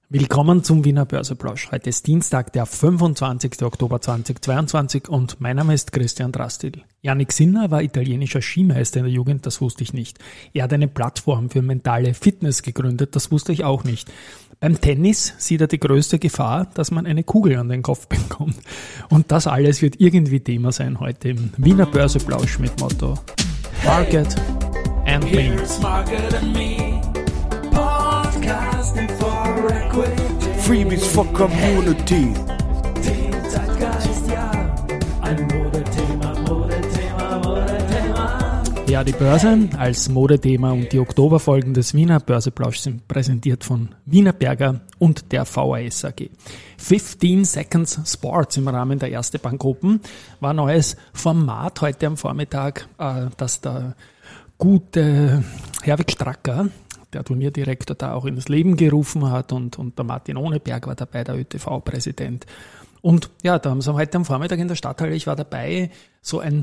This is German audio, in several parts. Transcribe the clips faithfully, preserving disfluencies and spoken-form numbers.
Willkommen zum Wiener Börseplausch. Heute ist Dienstag, der fünfundzwanzigster Oktober zweitausendzweiundzwanzig und mein Name ist Christian Drastil. Jannik Sinner war italienischer Skimeister in der Jugend, das wusste ich nicht. Er hat eine Plattform für mentale Fitness gegründet, das wusste ich auch nicht. Beim Tennis sieht er die größte Gefahr, dass man eine Kugel an den Kopf bekommt. Und das alles wird irgendwie Thema sein heute im Wiener Börseplausch mit Motto Market and Me. Here's Market and Me, podcasting for equity. Freebies for Community. Den Zeitgeist, ja, ein Modethema, Modethema, Modethema. Ja, die Börse als Modethema und die Oktoberfolgen des Wiener Börseplausch sind präsentiert von Wiener Berger und der V A S A G. fifteen Seconds Sports im Rahmen der Erste Bank Open war ein neues Format heute am Vormittag, äh, das der gute Herwig Stracker, der Turnierdirektor, da auch ins Leben gerufen hat und, und der Martin Ohneberg war dabei, der Ö T V-Präsident. Und ja, da haben sie heute am Vormittag in der Stadthalle, ich war dabei, so ein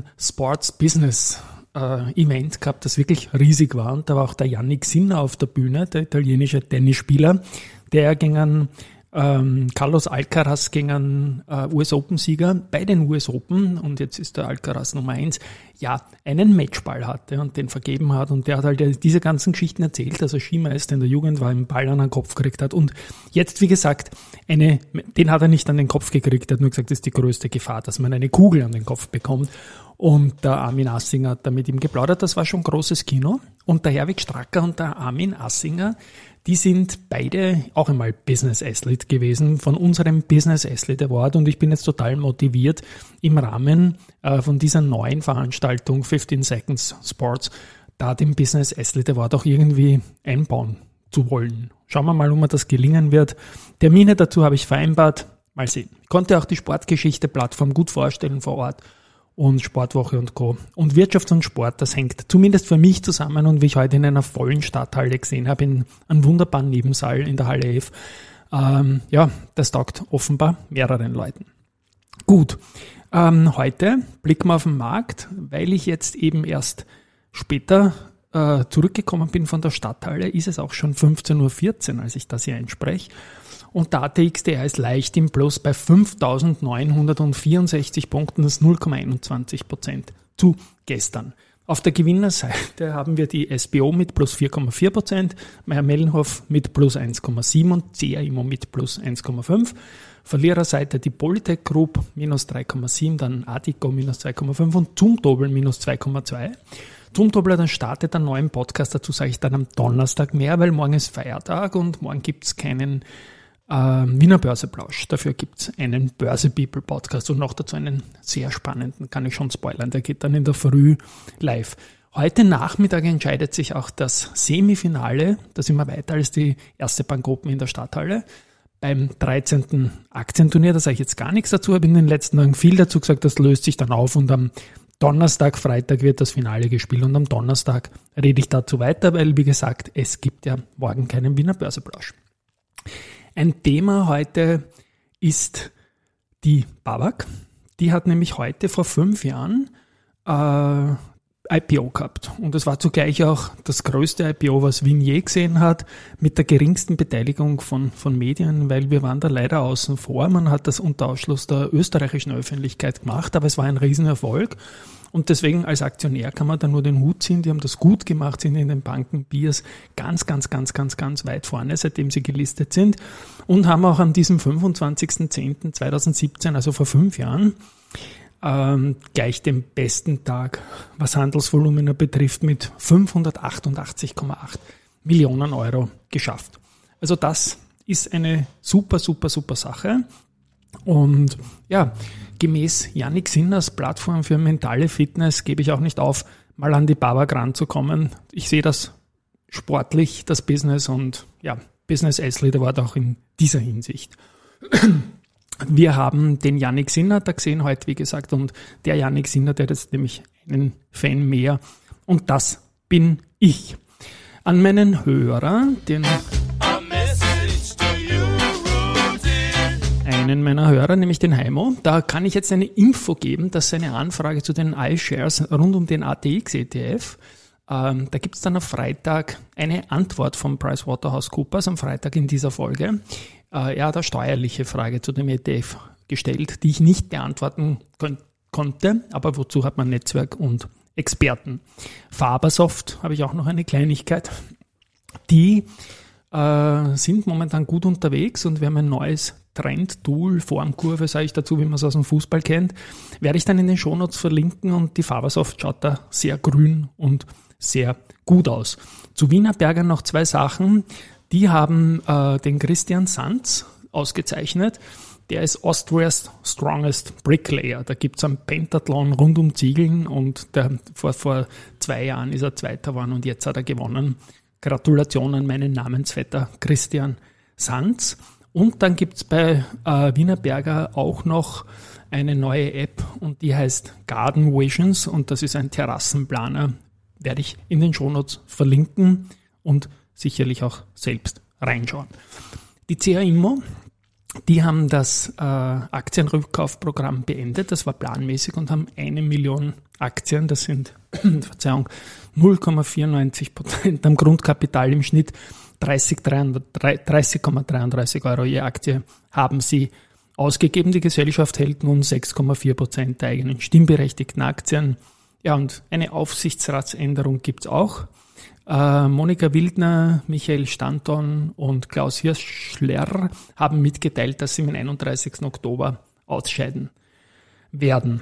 Sports-Business-Event äh, gehabt, das wirklich riesig war. Und da war auch der Jannik Sinner auf der Bühne, der italienische Tennisspieler, der gegen einen ähm, Carlos Alcaraz, gegen einen äh, U S-Open-Sieger bei den U S Open, und jetzt ist der Alcaraz Nummer eins, ja, einen Matchball hatte und den vergeben hat, und der hat halt diese ganzen Geschichten erzählt, dass er Skimeister in der Jugend war, einen Ball an den Kopf gekriegt hat und jetzt, wie gesagt, eine, den hat er nicht an den Kopf gekriegt, er hat nur gesagt, das ist die größte Gefahr, dass man eine Kugel an den Kopf bekommt, und der Armin Assinger hat da mit ihm geplaudert, das war schon großes Kino, und der Herwig Stracker und der Armin Assinger, die sind beide auch einmal Business Athlete gewesen von unserem Business Athlete Award, und ich bin jetzt total motiviert, im Rahmen äh, von dieser neuen Veranstaltung fifteen Seconds Sports da den Business Athlete Award auch irgendwie einbauen zu wollen. Schauen wir mal, ob mir das gelingen wird. Termine dazu habe ich vereinbart. Mal sehen. Ich konnte auch die Sportgeschichte-Plattform gut vorstellen vor Ort. Und Sportwoche und Co. Und Wirtschaft und Sport, das hängt zumindest für mich zusammen, und wie ich heute in einer vollen Stadthalle gesehen habe, in einem wunderbaren Nebensaal in der Halle F, ähm, ja, das taugt offenbar mehreren Leuten. Gut, ähm, heute blicken wir auf den Markt, weil ich jetzt eben erst später äh, zurückgekommen bin von der Stadthalle, ist es auch schon fünfzehn Uhr vierzehn, als ich das hier einspreche. Und der A T X T R ist leicht im Plus bei fünftausendneunhundertvierundsechzig Punkten, das ist null Komma einundzwanzig Prozent zu gestern. Auf der Gewinnerseite haben wir die S B O mit plus vier Komma vier Prozent, Mayr-Melnhof mit plus eins Komma sieben und C A Immo mit plus eins Komma fünf. Verliererseite die Polytech Group minus drei Komma sieben, dann Adico minus zwei Komma fünf und Zumtobel minus zwei Komma zwei. Zumtobel, dann startet einen neuen Podcast, dazu sage ich dann am Donnerstag mehr, weil morgen ist Feiertag und morgen gibt es keinen Ähm, Wiener Börseplausch. Dafür gibt's einen Börse-People-Podcast und noch dazu einen sehr spannenden, kann ich schon spoilern, der geht dann in der Früh live. Heute Nachmittag entscheidet sich auch das Semifinale, das ist immer weiter als die Erste Bank Open in der Stadthalle, beim dreizehnten Aktienturnier, da sage ich jetzt gar nichts dazu, habe in den letzten Tagen viel dazu gesagt, das löst sich dann auf, und am Donnerstag, Freitag wird das Finale gespielt, und am Donnerstag rede ich dazu weiter, weil, wie gesagt, es gibt ja morgen keinen Wiener Börseplausch. Ein Thema heute ist die B A W A G. Die hat nämlich heute vor fünf Jahren äh, I P O gehabt. Und es war zugleich auch das größte I P O, was Wien je gesehen hat, mit der geringsten Beteiligung von, von Medien, weil wir waren da leider außen vor. Man hat das unter Ausschluss der österreichischen Öffentlichkeit gemacht, aber es war ein Riesenerfolg. Und deswegen als Aktionär kann man da nur den Hut ziehen. Die haben das gut gemacht, sind in den Banken-Bias ganz, ganz, ganz, ganz, ganz weit vorne, seitdem sie gelistet sind. Und haben auch an diesem fünfundzwanzigsten zehnten zweitausendsiebzehn, also vor fünf Jahren, ähm, gleich den besten Tag, was Handelsvolumina betrifft, mit fünfhundertachtundachtzig Komma acht Millionen Euro geschafft. Also das ist eine super, super, super Sache. Und ja, gemäß Jannik Sinners Plattform für mentale Fitness gebe ich auch nicht auf, mal an die B A W A G ranzukommen. Ich sehe das sportlich, das Business, und ja, Business Athlete Award auch in dieser Hinsicht. Wir haben den Jannik Sinner da gesehen heute, wie gesagt, und der Jannik Sinner, der hat jetzt nämlich einen Fan mehr, und das bin ich. An meinen Hörer, den einen meiner Hörer, nämlich den Heimo, da kann ich jetzt eine Info geben, dass seine Anfrage zu den iShares rund um den A T X E T F, ähm, da gibt es dann am Freitag eine Antwort von PricewaterhouseCoopers, am Freitag in dieser Folge, äh, er hat eine steuerliche Frage zu dem E T F gestellt, die ich nicht beantworten kon- konnte, aber wozu hat man Netzwerk und Experten. Fabersoft habe ich auch noch eine Kleinigkeit. Die äh, sind momentan gut unterwegs und wir haben ein neues Trend-Tool, Formkurve, sage ich dazu, wie man es aus dem Fußball kennt, werde ich dann in den Shownotes verlinken und die Fabersoft schaut da sehr grün und sehr gut aus. Zu Wienerberger noch zwei Sachen. Die haben äh, den Christian Sanz ausgezeichnet. Der ist Austria's Strongest Bricklayer. Da gibt es einen Pentathlon rund um Ziegeln und der, vor, vor zwei Jahren ist er Zweiter geworden und jetzt hat er gewonnen. Gratulationen, meinen Namensvetter Christian Sanz. Und dann gibt es bei äh, Wienerberger auch noch eine neue App und die heißt Garden Visions und das ist ein Terrassenplaner. Werde ich in den Shownotes verlinken und sicherlich auch selbst reinschauen. Die C A Immo, die haben das äh, Aktienrückkaufprogramm beendet, das war planmäßig und haben eine Million Aktien, das sind Verzeihung, null Komma vierundneunzig Prozent am Grundkapital im Schnitt, dreißig Komma dreiunddreißig Euro je Aktie haben sie ausgegeben. Die Gesellschaft hält nun sechs Komma vier Prozent der eigenen stimmberechtigten Aktien. Ja, und eine Aufsichtsratsänderung gibt es auch. Äh, Monika Wildner, Michael Stanton und Klaus Hirschler haben mitgeteilt, dass sie am einunddreißigsten Oktober ausscheiden werden.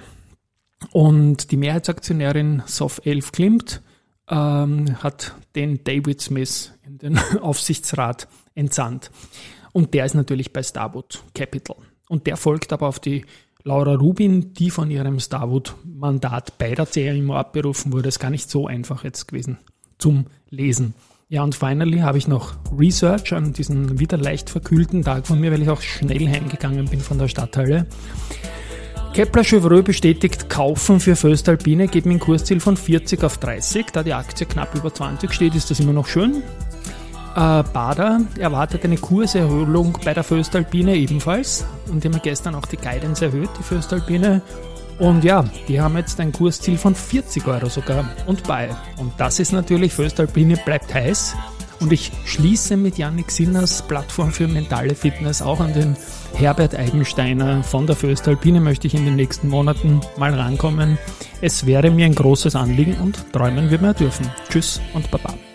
Und die Mehrheitsaktionärin Sof elf Klimt ähm, hat den David Smith in den Aufsichtsrat entsandt. Und der ist natürlich bei Starwood Capital. Und der folgt aber auf die Laura Rubin, die von ihrem Starwood-Mandat bei der C A Immo abberufen wurde. Ist gar nicht so einfach jetzt gewesen zum Lesen. Ja, und finally habe ich noch Research an diesen wieder leicht verkühlten Tag von mir, weil ich auch schnell heimgegangen bin von der Stadthalle. Kepler-Chevreux bestätigt Kaufen für Voestalpine, geht mit einem Kursziel von vierzig auf dreißig. Da die Aktie knapp über zwanzig steht, ist das immer noch schön. Äh, Bader erwartet eine Kurserhöhung bei der Voestalpine ebenfalls. Und die haben gestern auch die Guidance erhöht, die Voestalpine. Und ja, die haben jetzt ein Kursziel von vierzig Euro sogar und bei. Und das ist natürlich, Voestalpine bleibt heiß. Und ich schließe mit Jannik Sinners Plattform für mentale Fitness auch an den Herbert Eigensteiner von der Voestalpine. Möchte ich in den nächsten Monaten mal rankommen. Es wäre mir ein großes Anliegen und träumen wir mehr dürfen. Tschüss und Baba.